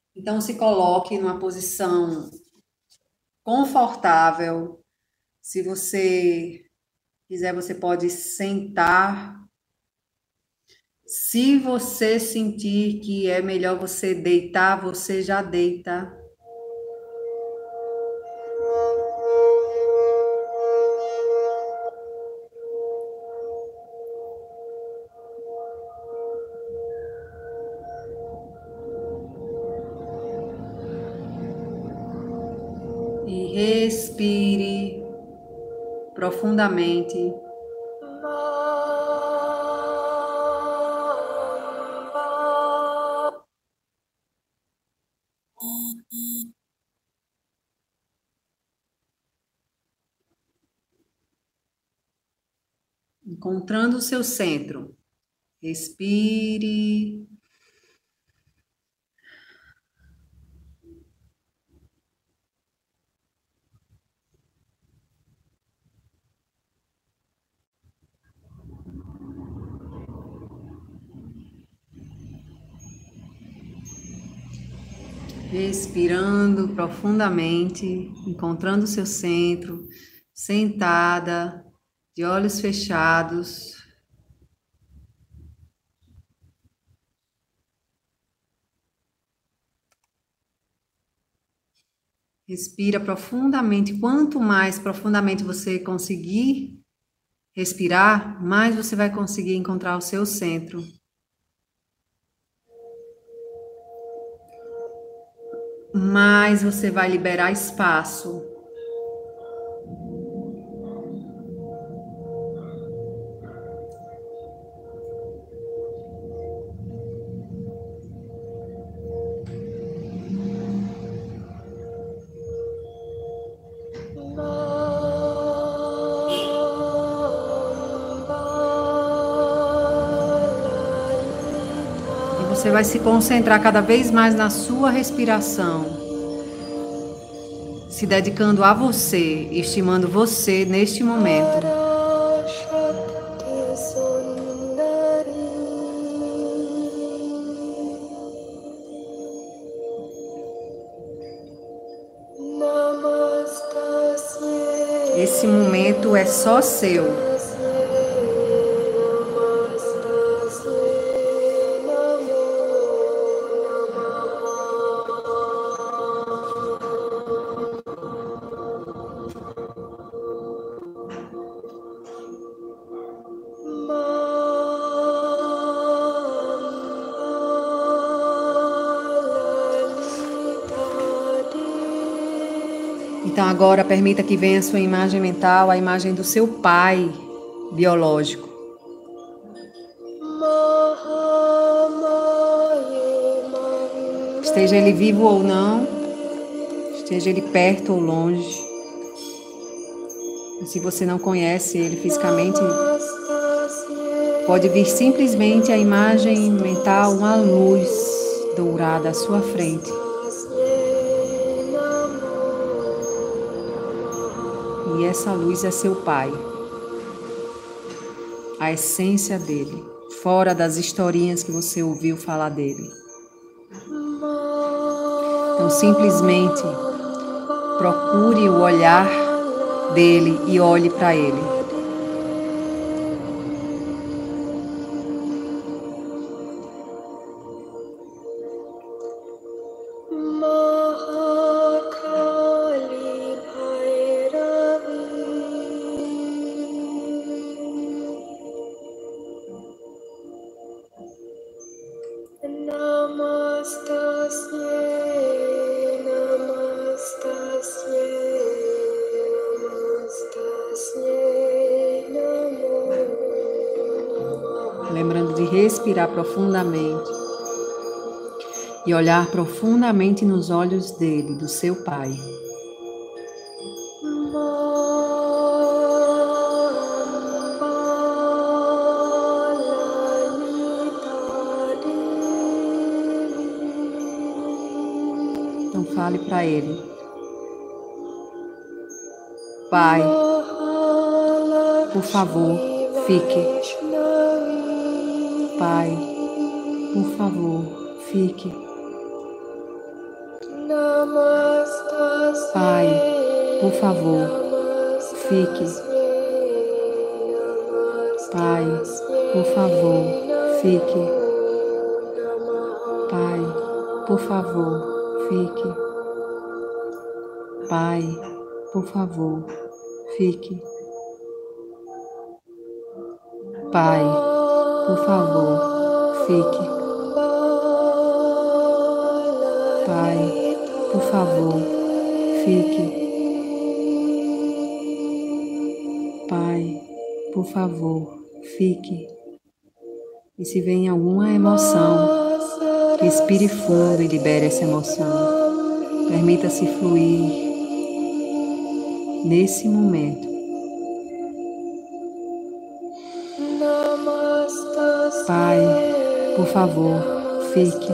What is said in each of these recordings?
Então, se coloque numa posição confortável. Se você quiser, você pode sentar. Se você sentir que é melhor você deitar, você já deita. E respire profundamente. Encontrando o seu centro. Respire. Respirando profundamente, encontrando o seu centro, sentada, de olhos fechados. Respira profundamente. Quanto mais profundamente você conseguir respirar, mais você vai conseguir encontrar o seu centro. Mais você vai liberar espaço. E você vai se concentrar cada vez mais na sua respiração, se dedicando a você, estimando você neste momento. Esse momento é só seu. Então agora permita que venha a sua imagem mental, a imagem do seu pai biológico. Esteja ele vivo ou não, esteja ele perto ou longe. Se você não conhece ele fisicamente, pode vir simplesmente a imagem mental, uma luz dourada à sua frente. E essa luz é seu pai, a essência dele, fora das historinhas que você ouviu falar dele. Então, simplesmente procure o olhar dele e olhe para ele. Lembrando de respirar profundamente e olhar profundamente nos olhos dele, do seu pai. Então fale para ele: Pai, por favor, fique. Pai, por favor, fique. Pai, por favor, fique. Pai, por favor, fique. Pai, por favor, fique. Pai, por favor, fique. Pai, por favor, fique. Pai, por favor, fique. Pai, por favor, fique. E se vem alguma emoção, respire fundo e libere essa emoção. Permita-se fluir nesse momento. Pai, por favor, fique.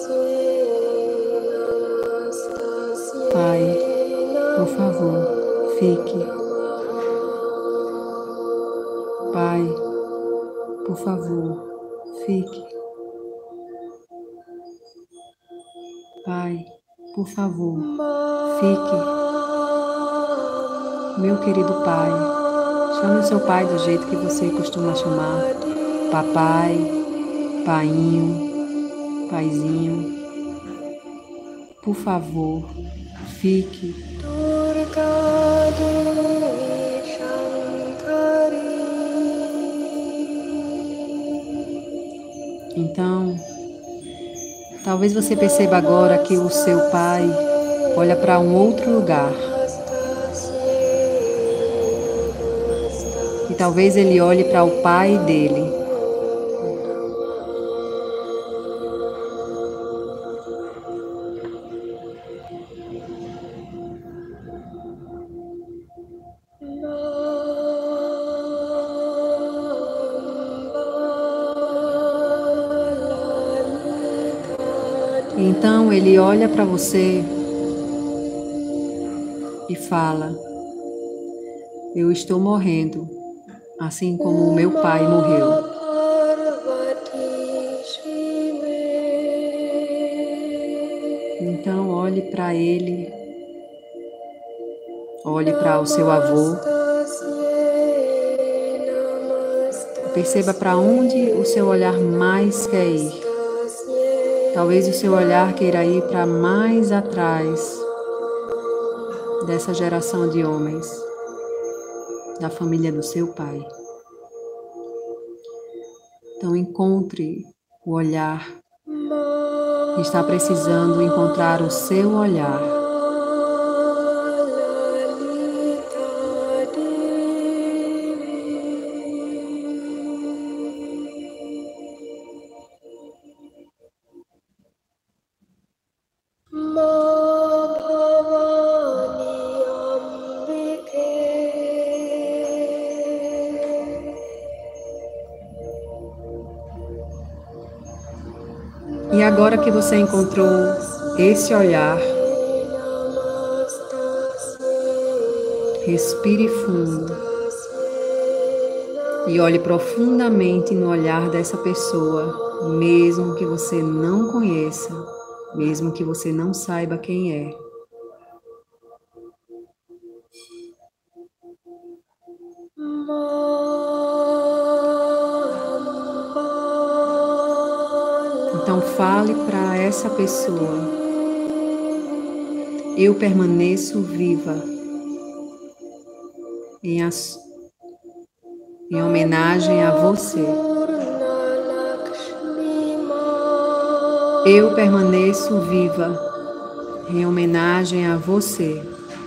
Pai, por favor, fique. Pai, por favor, fique. Pai, por favor, fique. Meu querido Pai, chame o seu Pai do jeito que você costuma chamar. Papai, painho, paizinho. Por favor, fique. Então, talvez você perceba agora que o seu Pai olha para um outro lugar. E talvez ele olhe para o Pai dele. Então ele olha para você e fala: eu estou morrendo, assim como o meu pai morreu. Então olhe para ele, olhe para o seu avô, perceba para onde o seu olhar mais quer ir. Talvez o seu olhar queira ir para mais atrás dessa geração de homens, da família do seu pai. Então encontre o olhar que está precisando encontrar o seu olhar. E agora que você encontrou esse olhar, respire fundo e olhe profundamente no olhar dessa pessoa, mesmo que você não conheça, mesmo que você não saiba quem é. Então fale para essa pessoa: eu permaneço viva em homenagem a você. Eu permaneço viva em homenagem a você.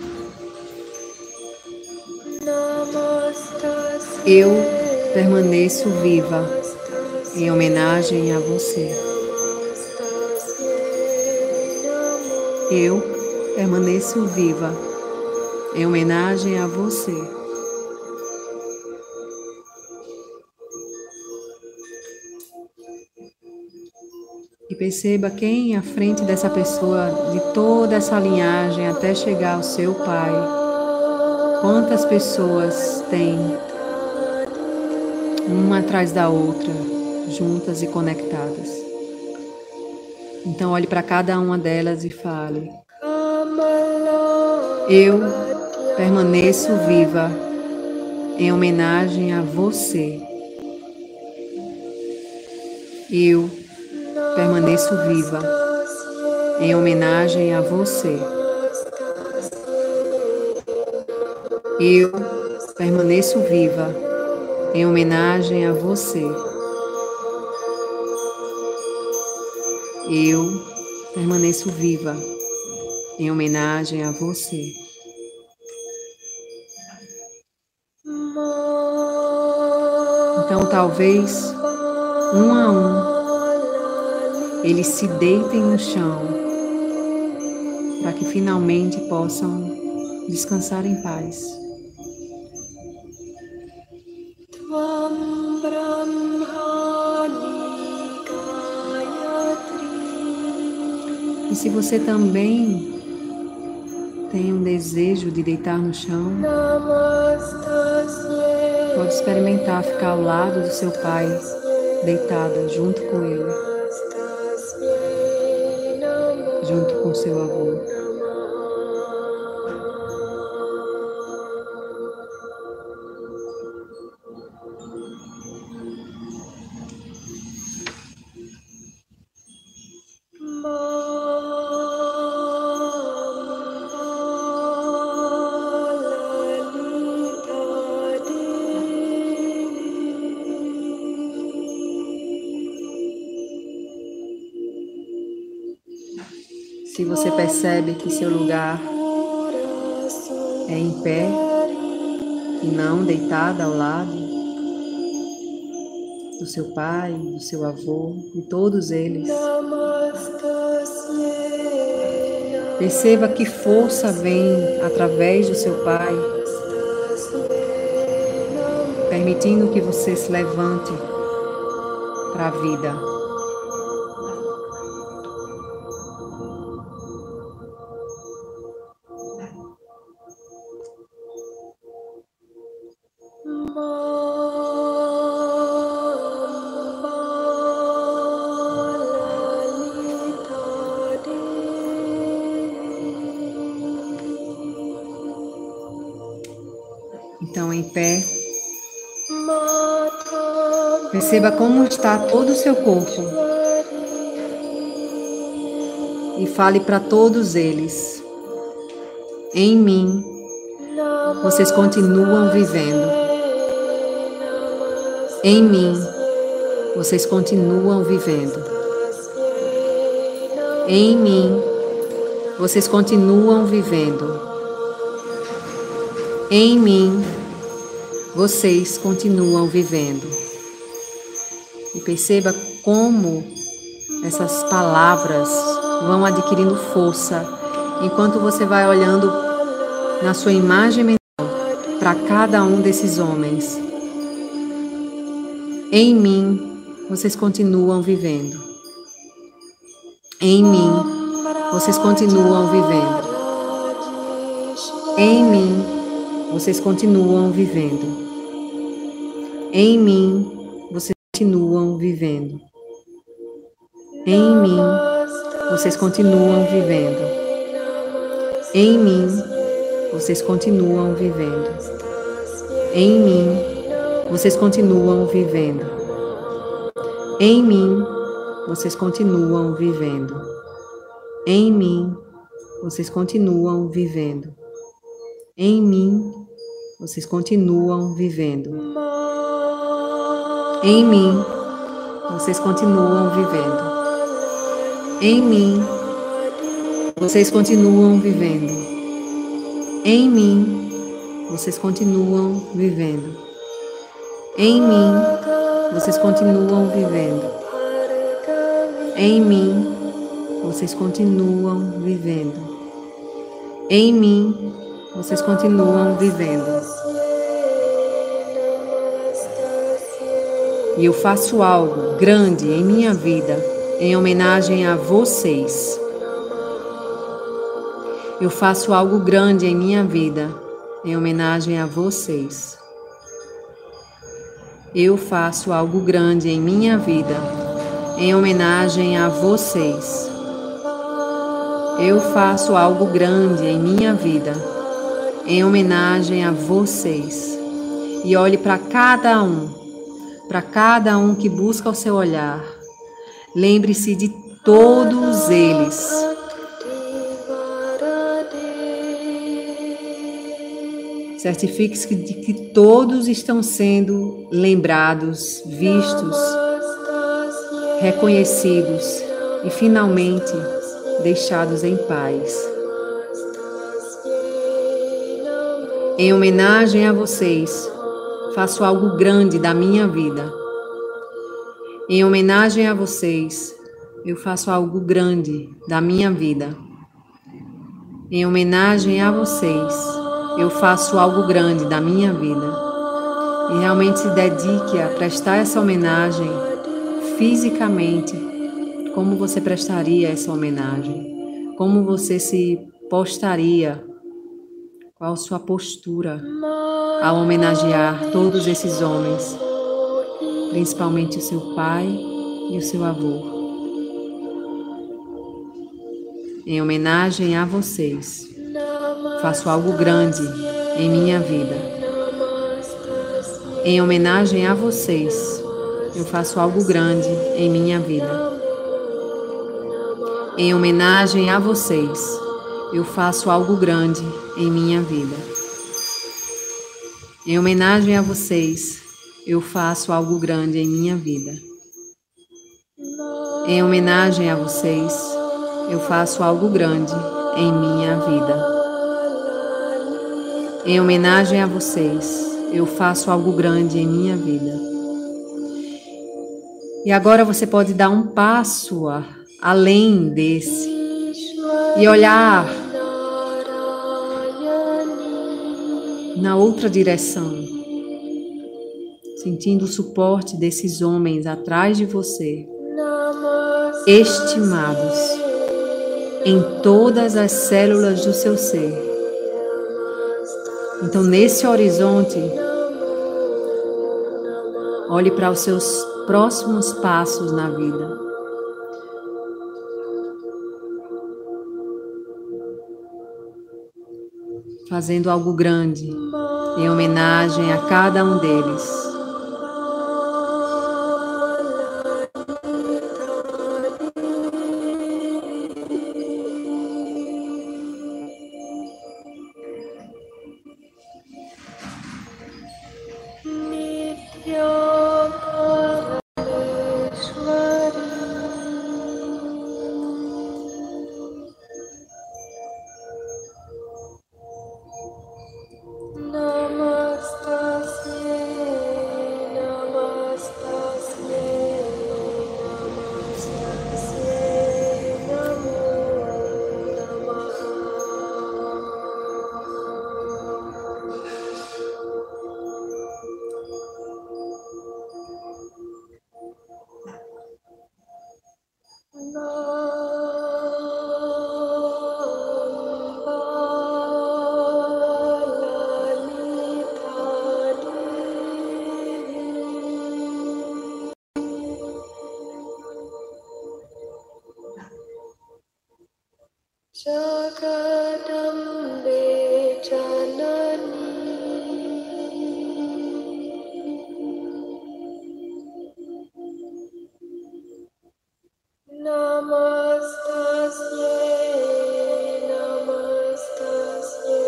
Eu permaneço viva em homenagem a você. Eu permaneço viva em homenagem a você. E perceba quem à frente dessa pessoa, de toda essa linhagem até chegar ao seu pai, quantas pessoas tem, uma atrás da outra, juntas e conectadas. Então olhe para cada uma delas e fale: Eu permaneço viva em homenagem a você. Eu permaneço viva em homenagem a você. Eu permaneço viva em homenagem a você. Eu permaneço viva em homenagem a você. Então, talvez, um a um, eles se deitem no chão para que finalmente possam descansar em paz. E se você também tem um desejo de deitar no chão, pode experimentar ficar ao lado do seu pai, deitada junto com ele, junto com seu avô. Se você percebe que seu lugar é em pé e não deitada ao lado do seu pai, do seu avô e todos eles, perceba que força vem através do seu pai, permitindo que você se levante para a vida. Então, em pé, perceba como está todo o seu corpo e fale para todos eles: em mim, vocês continuam vivendo. Em mim, vocês continuam vivendo. Em mim, vocês continuam vivendo. Em mim, vocês continuam vivendo. E perceba como essas palavras vão adquirindo força enquanto você vai olhando na sua imagem mental para cada um desses homens. Em mim, vocês continuam vivendo. Em mim, vocês continuam vivendo. Em mim, vocês continuam vivendo. Em mim, vocês continuam vivendo. Em mim, vocês continuam vivendo. Em mim, vocês continuam vivendo. Em mim, vocês continuam vivendo. Em mim, vocês continuam vivendo. Em mim, vocês continuam vivendo. Em mim, vocês continuam vivendo. Em mim, vocês continuam vivendo. Em mim, vocês continuam vivendo. Em mim, vocês continuam vivendo. Em mim, vocês continuam vivendo. Em mim, vocês continuam vivendo. Em mim, vocês continuam vivendo. E eu faço algo grande em minha vida em homenagem a vocês. Eu faço algo grande em minha vida em homenagem a vocês. Eu faço algo grande em minha vida em homenagem a vocês. Eu faço algo grande em minha vida, em homenagem a vocês. E olhe para cada um que busca o seu olhar. Lembre-se de todos eles. Certifique-se de que todos estão sendo lembrados, vistos, reconhecidos e finalmente deixados em paz. Em homenagem a vocês, faço algo grande da minha vida. Em homenagem a vocês, eu faço algo grande da minha vida. Em homenagem a vocês, eu faço algo grande da minha vida. E realmente se dedique a prestar essa homenagem fisicamente. Como você prestaria essa homenagem? Como você se postaria? Qual a sua postura ao homenagear todos esses homens, principalmente o seu pai e o seu avô? Em homenagem a vocês, faço algo grande em minha vida. Em homenagem a vocês, eu faço algo grande em minha vida. Em homenagem a vocês, eu faço algo grande em minha vida. Em homenagem a vocês, eu faço algo grande em minha vida. Em homenagem a vocês, eu faço algo grande em minha vida. Em homenagem a vocês, eu faço algo grande em minha vida. E agora você pode dar um passo além desse e olhar na outra direção, sentindo o suporte desses homens atrás de você, estimados em todas as células do seu ser. Então, nesse horizonte, olhe para os seus próximos passos na vida. Fazendo algo grande em homenagem a cada um deles. Jagadambe Janani Namastasye Namastasye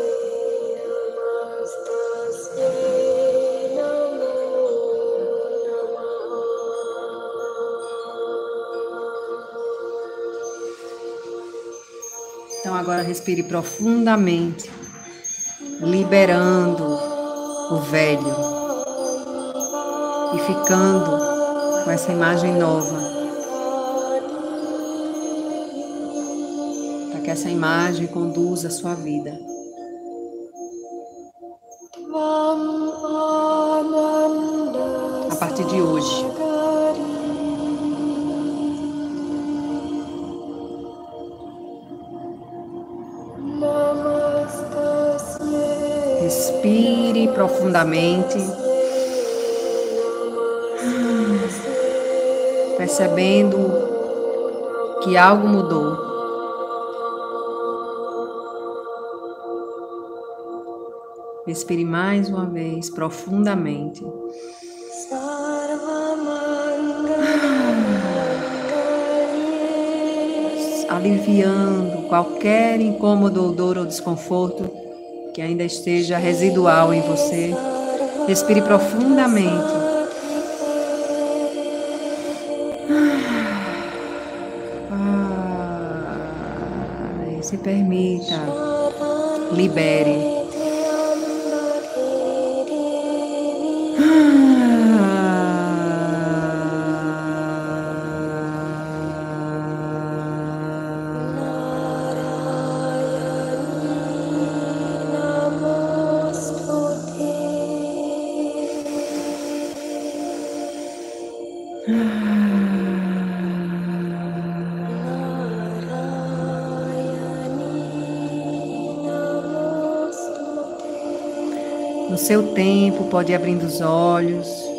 Namastasye Namo Namaha. Então agora respire profundamente, liberando o velho e ficando com essa imagem nova, para que essa imagem conduza a sua vida. A partir de hoje, respire profundamente, percebendo que algo mudou. Respire mais uma vez, profundamente. Aliviando qualquer incômodo, dor ou desconforto que ainda esteja residual em você. Respire profundamente. E se permita. Libere. No seu tempo, pode ir abrindo os olhos.